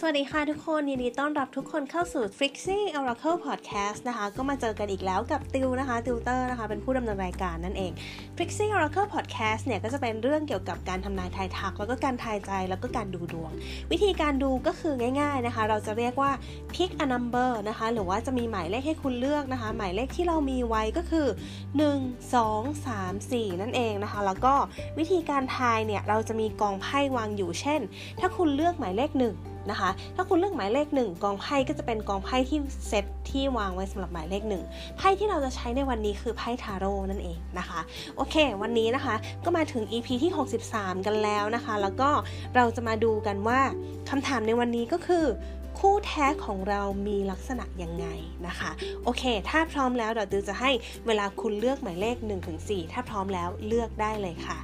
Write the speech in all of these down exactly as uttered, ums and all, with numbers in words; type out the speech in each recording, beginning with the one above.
วัสดีค่ะทุกคนยินดีต้อนรับทุกคนเข้าสู่ Trixie Oracle Podcast นะคะก็มาเจอกันอีกแล้วกับติวนะคะติวเตอร์นะคะเป็นผู้ดำเนินรายการนั่นเอง Trixie Oracle Podcast เนี่ยก็จะเป็นเรื่องเกี่ยวกับการทำนายทายทักแล้วก็การทายใจแล้วก็การดูดวงวิธีการดูก็คือง่ายๆนะคะเราจะเรียกว่า pick a number นะคะหรือว่าจะมีหมายเลขให้คุณเลือกนะคะหมายเลขที่เรามีไว้ก็คือหนึ่ง สอง สาม สี่นั่นเองนะคะแล้วก็วิธีการทายเนี่ยเราจะมีกองไพ่วางอยู่เช่นถ้าคุณเลือกหมายเลขหนึ่งนะคะถ้าคุณเลือกหมายเลขหนึ่งกองไพ่ก็จะเป็นกองไพ่ที่เซตที่วางไว้สำหรับหมายเลขหนึ่งไพ่ที่เราจะใช้ในวันนี้คือไพ่ทาโร่นั่นเองนะคะโอเควันนี้นะคะก็มาถึง อี พี ที่หกสิบสามกันแล้วนะคะแล้วก็เราจะมาดูกันว่าคำถามในวันนี้ก็คือคู่แท้ของเรามีลักษณะยังไงนะคะโอเคถ้าพร้อมแล้วเดี๋ยวติวจะให้เวลาคุณเลือกหมายเลข หนึ่งถึงสี่ ถ้าพร้อมแล้วเลือกได้เลยค่ะ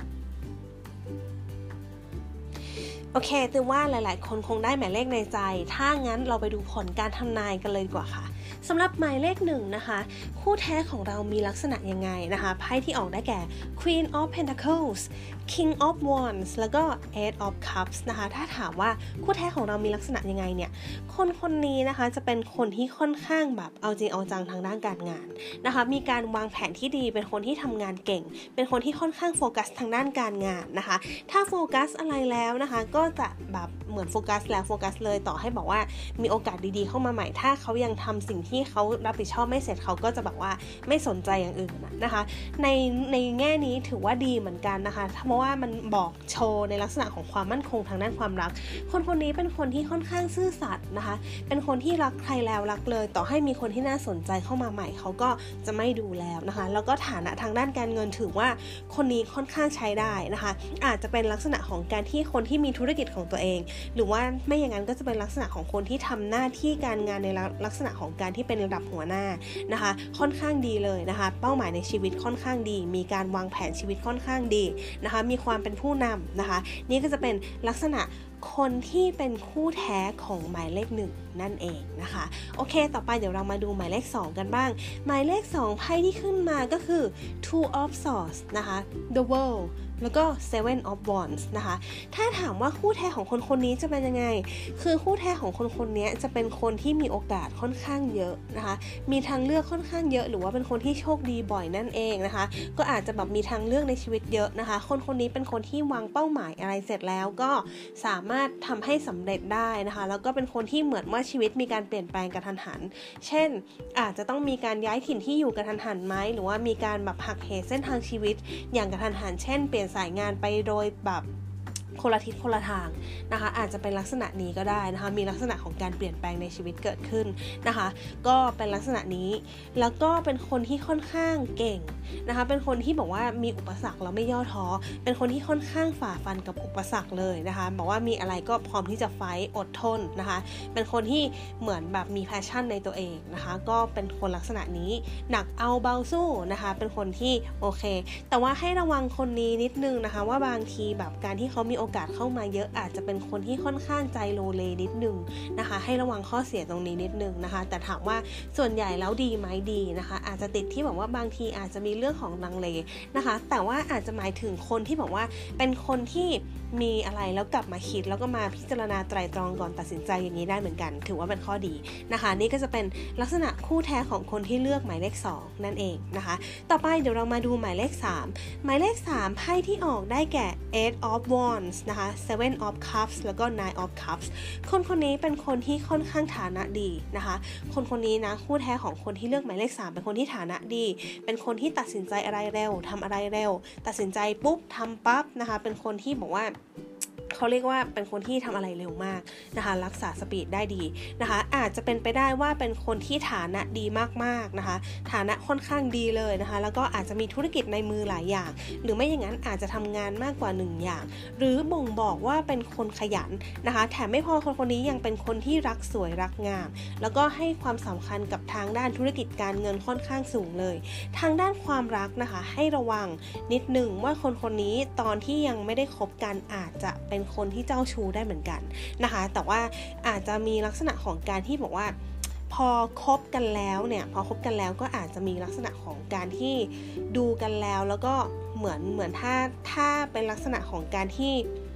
โอเคติวว่าหลายๆคนคงได้หมายเลขในใจถ้างั้นเราไปดูผลการทำนายกันเลยดีกว่าค่ะสำหรับหมายเลขหนึ่งนะคะคู่แท้ของเรามีลักษณะยังไงนะคะไพ่ที่ออกได้แก่ Queen of Pentacles King of Wands แล้วก็ Eight of Cups นะคะถ้าถามว่าคู่แท้ของเรามีลักษณะยังไงเนี่ยคนคนนี้นะคะจะเป็นคนที่ค่อนข้างแบบเอาจริงเอาจังทางด้านการงานนะคะมีการวางแผนที่ดีเป็นคนที่ทำงานเก่งเป็นคนที่ค่อนข้างโฟกัสทางด้านการงานนะคะถ้าโฟกัสอะไรแล้วนะคะก็จะแบบเหมือนโฟกัสแล้วโฟกัสเลยต่อให้บอกว่ามีโอกาสดีๆเข้ามาใหม่ถ้าเขายังทำสิ่งที่เขารับผิดชอบไม่เสร็จเขาก็จะแบบว่าไม่สนใจอย่างอื่นนะคะในในแง่นี้ถือว่าดีเหมือนกันนะคะเพราะว่ามันบอกโชว์ในลักษณะของความมั่นคงทางด้านความรักคนคนนี้เป็นคนที่ค่อนข้างซื่อสัตย์นะคะเป็นคนที่รักใครแล้วรักเลยต่อให้มีคนที่น่าสนใจเข้ามาใหม่เขาก็จะไม่ดูแล้วนะคะแล้วก็ฐานะทางด้านการเงินถือว่าคนนี้ค่อนข้างใช้ได้นะคะอาจจะเป็นลักษณะของการที่คนที่มีธุรกิจของตัวเองหรือว่าไม่อย่างนั้นก็จะเป็นลักษณะของคนที่ทำหน้าที่การงานในลักษณะของการที่เป็นระดับหัวหน้านะคะค่อนข้างดีเลยนะคะเป้าหมายในชีวิตค่อนข้างดีมีการวางแผนชีวิตค่อนข้างดีนะคะมีความเป็นผู้นำนะคะนี่ก็จะเป็นลักษณะคนที่เป็นคู่แท้ของหมายเลขหนึ่งนั่นเองนะคะโอเคต่อไปเดี๋ยวเรามาดูหมายเลขสองกันบ้างหมายเลขสองไพ่ที่ขึ้นมาก็คือ Two of Swords นะคะ The World แล้วก็ Seven of Wands นะคะถ้าถามว่าคู่แท้ของคนคนนี้จะเป็นยังไงคือคู่แท้ของคนคนนี้จะเป็นคนที่มีโอกาสค่อนข้างเยอะนะคะมีทางเลือกค่อนข้างเยอะหรือว่าเป็นคนที่โชคดีบ่อยนั่นเองนะคะก็อาจจะแบบมีทางเลือกในชีวิตเยอะนะคะคนคนนี้เป็นคนที่วางเป้าหมายอะไรเสร็จแล้วก็สามารถทำให้สำเร็จได้นะคะแล้วก็เป็นคนที่เหมือนว่าชีวิตมีการเปลี่ยนแปลงกระทันหันเช่นอาจจะต้องมีการย้ายถิ่นที่อยู่กระทันหันไหมหรือว่ามีการแบบหักเหเส้นทางชีวิตอย่างกระทันหันเช่นเปลี่ยนสายงานไปโดยแบบคนละทิศคนละทางนะคะอาจจะเป็นลักษณะนี้ก็ได้นะคะมีลักษณะของการเปลี่ยนแปลงในชีวิตเกิดขึ้นนะคะก็เป็นลักษณะนี้แล้วก็เป็นคนที่ค่อนข้างเก่งนะคะเป็นคนที่บอกว่ามีอุปสรรคแล้วไม่ย่อท้อเป็นคนที่ค่อนข้างฝ่าฟันกับอุปสรรคเลยนะคะบอกว่ามีอะไรก็พร้อมที่จะไฟท์อดทนนะคะเป็นคนที่เหมือนแบบมีแพชชั่นในตัวเองนะคะก็เป็นคนลักษณะนี้หนักเอาเบาสู้นะคะเป็นคนที่โอเคแต่ว่าให้ระวังคนนี้นิดนึงนะคะว่าบางทีแบบการที่เขามีโอกาสเข้ามาเยอะอาจจะเป็นคนที่ค่อนข้างใจโลเลนิดนึงนะคะให้ระวังข้อเสียตรงนี้นิดนึงนะคะแต่ถามว่าส่วนใหญ่แล้วดีไหมดีนะคะอาจจะติดที่บอกว่าบางทีอาจจะมีเรื่องของลังเลนะคะแต่ว่าอาจจะหมายถึงคนที่บอกว่าเป็นคนที่มีอะไรแล้วกลับมาคิดแล้วก็มาพิจารณาไตร่ตรองก่อนตัดสินใจอย่างนี้ได้เหมือนกันถือว่าเป็นข้อดีนะคะนี่ก็จะเป็นลักษณะคู่แท้ของคนที่เลือกหมายเลขสองนั่นเองนะคะต่อไปเดี๋ยวเรามาดูหมายเลขสามหมายเลขสามไพ่ที่ออกได้แก่ Eight of Wands นะคะ Seven of Cups แล้วก็ Nine of Cups คนคนนี้เป็นคนที่ค่อนข้างฐานะดีนะคะคนคนนี้นะคู่แท้ของคนที่เลือกหมายเลขสามเป็นคนที่ฐานะดีเป็นคนที่ตัดสินใจอะไรเร็วทำอะไรเร็วตัดสินใจปุ๊บทำปั๊บนะคะเป็นคนที่บอกว่าเขาเรียกว่าเป็นคนที่ทำอะไรเร็วมากนะคะรักษาสปีดได้ดีนะคะอาจจะเป็นไปได้ว่าเป็นคนที่ฐานะดีมากๆนะคะฐานะค่อนข้างดีเลยนะคะแล้วก็อาจจะมีธุรกิจในมือหลายอย่างหรือไม่อย่างนั้นอาจจะทำงานมากกว่าหนึ่งอย่างหรือบ่งบอกว่าเป็นคนขยันนะคะแถมไม่พอคนคนนี้ยังเป็นคนที่รักสวยรักงามแล้วก็ให้ความสำคัญกับทางด้านธุรกิจการเงินค่อนข้างสูงเลยทางด้านความรักนะคะให้ระวังนิดนึงว่าคนคนนี้ตอนที่ยังไม่ได้คบกันอาจจะเป็นคนที่เจ้าชู้ได้เหมือนกันนะคะแต่ว่าอาจจะมีลักษณะของการที่บอกว่าพอคบกันแล้วเนี่ยพอคบกันแล้วก็อาจจะมีลักษณะของการที่ดูกันแล้วแล้วก็เหมือนเหมือนถ้าถ้าเป็นลักษณะของการที่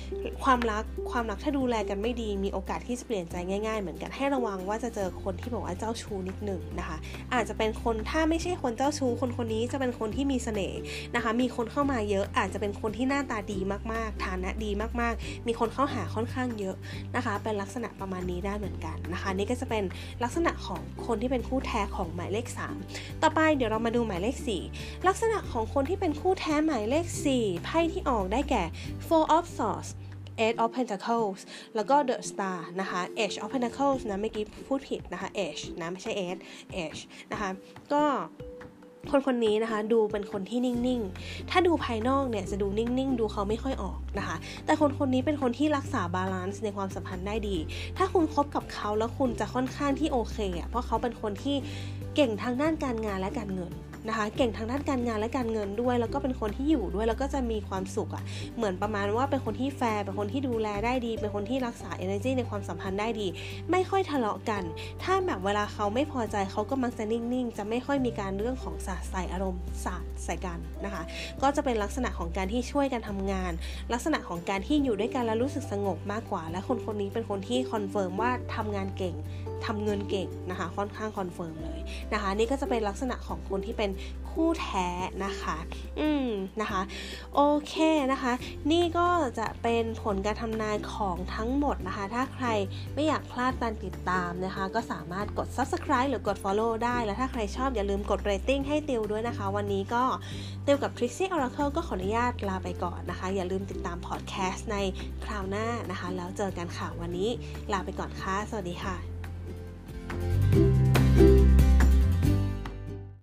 ความรักความรักถ้าดูแลกันไม่ดีมีโอกาสที่จะเปลี่ยนใจง่ายๆเหมือนกันให้ระวังว่าจะเจอคนที่บอกว่าเจ้าชู้นิดหนึ่งนะคะอาจจะเป็นคนถ้าไม่ใช่คนเจ้าชู้คนคนนี้จะเป็นคนที่มีเสน่ห์นะคะมีคนเข้ามาเยอะอาจจะเป็นคนที่หน้าตาดีมากๆฐานะดีมากๆมีคนเข้าหาค่อนข้างเยอะนะคะเป็นลักษณะประมาณนี้ได้เหมือนกันนะคะนี่ก็จะเป็นลักษณะของคนที่เป็นคู่แท้ของหมายเลขสามต่อไปเดี๋ยวเรามาดูหมายเลขสี่ลักษณะของคนที่เป็นคู่แท้หมายเลขสี่ไพ่ที่ออกได้แก่ Four of Swords Eight of Pentacles แล้วก็ The Star นะคะ Ace of Pentacles นะเมื่อกี้พูดผิดนะคะ Ace นะไม่ใช่ Eight Ace นะคะก็คนคนนี้นะคะดูเป็นคนที่นิ่งๆถ้าดูภายนอกเนี่ยจะดูนิ่งๆดูเขาไม่ค่อยออกนะคะแต่คนคนนี้เป็นคนที่รักษาบาลานซ์ในความสัมพันธ์ได้ดีถ้าคุณคบกับเขาแล้วคุณจะค่อนข้างที่โอเคอ่ะเพราะเขาเป็นคนที่เก่งทางด้านการงานและการเงินนะคะเก่งทางด้านการงานและการเงินด้วยแล้วก็เป็นคนที่อยู่ด้วยแล้วก็จะมีความสุขอ่ะเหมือนประมาณว่าเป็นคนที่แฟร์เป็นคนที่ดูแลได้ดีเป็นคนที่รักษา energy ในความสัมพันธ์ได้ดีไม่ค่อยทะเลาะกันถ้าแบบเวลาเขาไม่พอใจเขาก็มักจะนิ่งๆจะไม่ค่อยมีการเรื่องของสาดใส่อารมณ์สาดใส่กันนะคะก็จะเป็นลักษณะของการที่ช่วยกันทำงานลักษณะของการที่อยู่ด้วยกันแล้วรู้สึกสงบมากกว่าและคนคนนี้เป็นคนที่คอนเฟิร์มว่าทำงานเก่งทำเงินเก่งนะคะค่อนข้างคอนเฟิร์มเลยนะคะนี่ก็จะเป็นลักษณะของคนที่เป็นคู่แท้นะคะอืมนะคะโอเคนะคะนี่ก็จะเป็นผลการทำนายของทั้งหมดนะคะถ้าใครไม่อยากพลาดการติดตามนะคะก็สามารถกด Subscribe หรือกด Follow ได้แล้วถ้าใครชอบอย่าลืมกด Rating ให้ติวด้วยนะคะวันนี้ก็ติวกับ Trixie Oracle ก็ขออนุญาตลาไปก่อนนะคะอย่าลืมติดตามพอดแคสต์ในคราวหน้านะคะแล้วเจอกันค่ะวันนี้ลาไปก่อนค่ะสวัสดีค่ะ